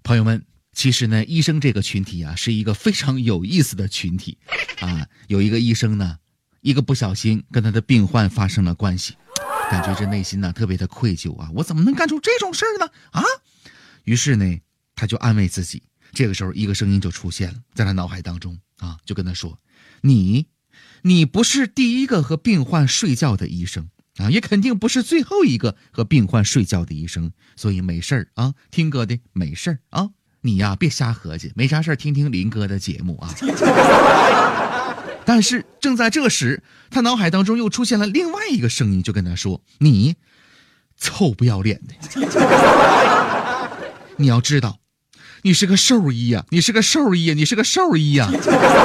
朋友们，其实呢，医生这个群体啊，是一个非常有意思的群体啊。有一个医生呢，一个不小心跟他的病患发生了关系，感觉这内心呢特别的愧疚啊，我怎么能干出这种事儿呢？啊！于是呢，他就安慰自己。这个时候，一个声音就出现了，在他脑海当中啊，就跟他说：“你不是第一个和病患睡觉的医生啊，也肯定不是最后一个和病患睡觉的医生，所以没事儿啊，听哥的没事儿啊，你呀别瞎合计，没啥事儿听听林哥的节目啊。”但是正在这时，他脑海当中又出现了另外一个声音，就跟他说：“你臭不要脸的，你要知道。”你是个兽医呀！你是个兽医呀！你是个兽医呀！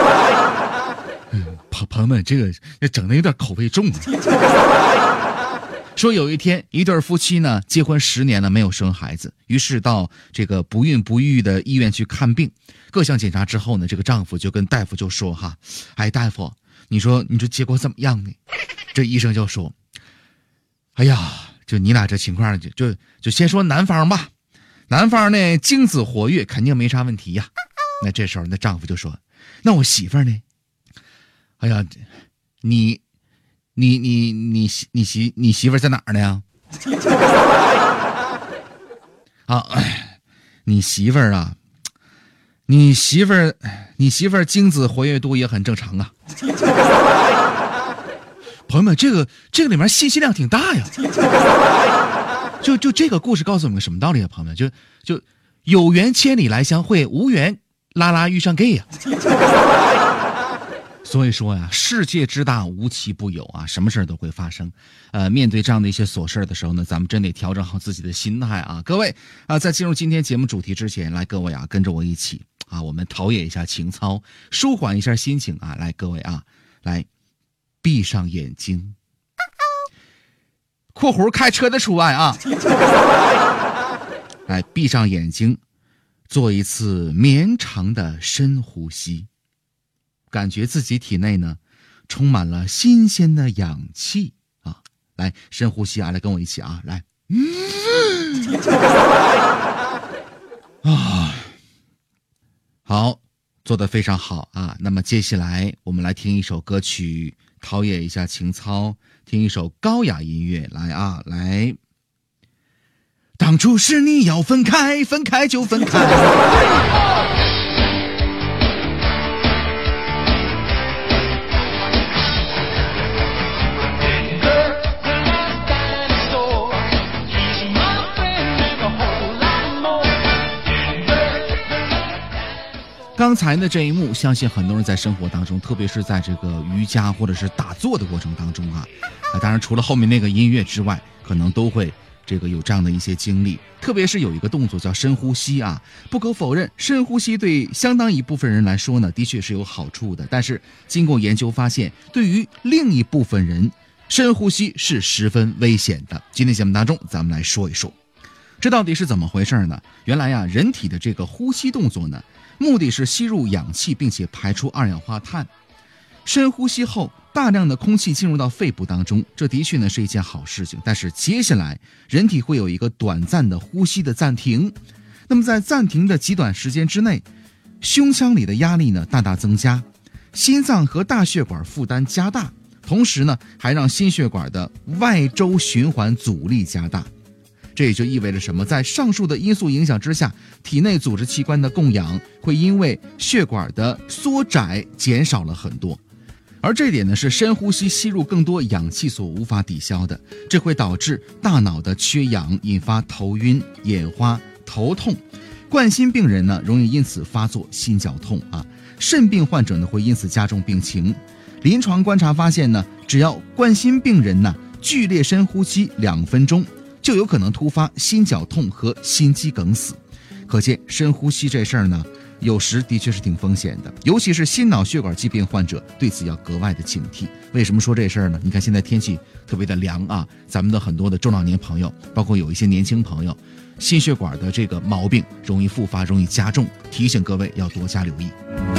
朋友们，这个整的有点口味重啊。说有一天，一对夫妻呢，结婚10年了没有生孩子，于是到这个不孕不育的医院去看病。各项检查之后呢，这个丈夫就跟大夫就说：“哈，哎，大夫，你说结果怎么样呢？”这医生就说：“哎呀，就你俩这情况，就先说男方吧。男方呢，精子活跃，肯定没啥问题呀。”那这时候，那丈夫就说：“那我媳妇儿呢？哎呀，你媳妇儿在哪儿呢？啊，你媳妇儿啊，你媳妇儿精子活跃度也很正常啊。”朋友们，这个里面信息量挺大呀。就这个故事告诉我们什么道理啊，朋友们？就有缘千里来相会，无缘拉拉遇上 gay 呀。所以说呀，世界之大无奇不有啊，什么事都会发生。面对这样的一些琐事的时候呢，咱们真得调整好自己的心态啊。各位啊，在进入今天节目主题之前，来各位啊，跟着我一起啊，我们陶冶一下情操，舒缓一下心情啊。来各位啊，来闭上眼睛。括弧开车的除外啊！来，闭上眼睛，做一次绵长的深呼吸，感觉自己体内呢充满了新鲜的氧气啊！来，深呼吸啊！来跟我一起啊！来，啊，好，做得非常好啊！那么接下来我们来听一首歌曲，陶冶一下情操。听一首高雅音乐，来啊，来！当初是你要分开，分开就分开。刚才的这一幕，相信很多人在生活当中，特别是在这个瑜伽或者是打坐的过程当中啊，当然除了后面那个音乐之外，可能都会有这样的一些经历。特别是有一个动作叫深呼吸啊，不可否认，深呼吸对相当一部分人来说呢，的确是有好处的。但是经过研究发现，对于另一部分人，深呼吸是十分危险的。今天节目当中，咱们来说一说，这到底是怎么回事呢？原来呀，人体的这个呼吸动作呢，目的是吸入氧气，并且排出二氧化碳。深呼吸后，大量的空气进入到肺部当中，这的确呢是一件好事情。但是接下来，人体会有一个短暂的呼吸的暂停。那么在暂停的极短时间之内，胸腔里的压力呢大大增加，心脏和大血管负担加大，同时呢还让心血管的外周循环阻力加大。这也就意味着什么？在上述的因素影响之下，体内组织器官的供氧会因为血管的缩窄减少了很多，而这点呢是深呼吸吸入更多氧气所无法抵消的，这会导致大脑的缺氧，引发头晕、眼花、头痛。冠心病人呢容易因此发作心绞痛啊，肾病患者呢会因此加重病情。临床观察发现呢，只要冠心病人呢剧烈深呼吸2分钟，就有可能突发心绞痛和心肌梗死。可见深呼吸这事儿呢，有时的确是挺风险的，尤其是心脑血管疾病患者对此要格外的警惕。为什么说这事儿呢？你看现在天气特别的凉啊，咱们的很多的中老年朋友，包括有一些年轻朋友，心血管的这个毛病容易复发，容易加重，提醒各位要多加留意。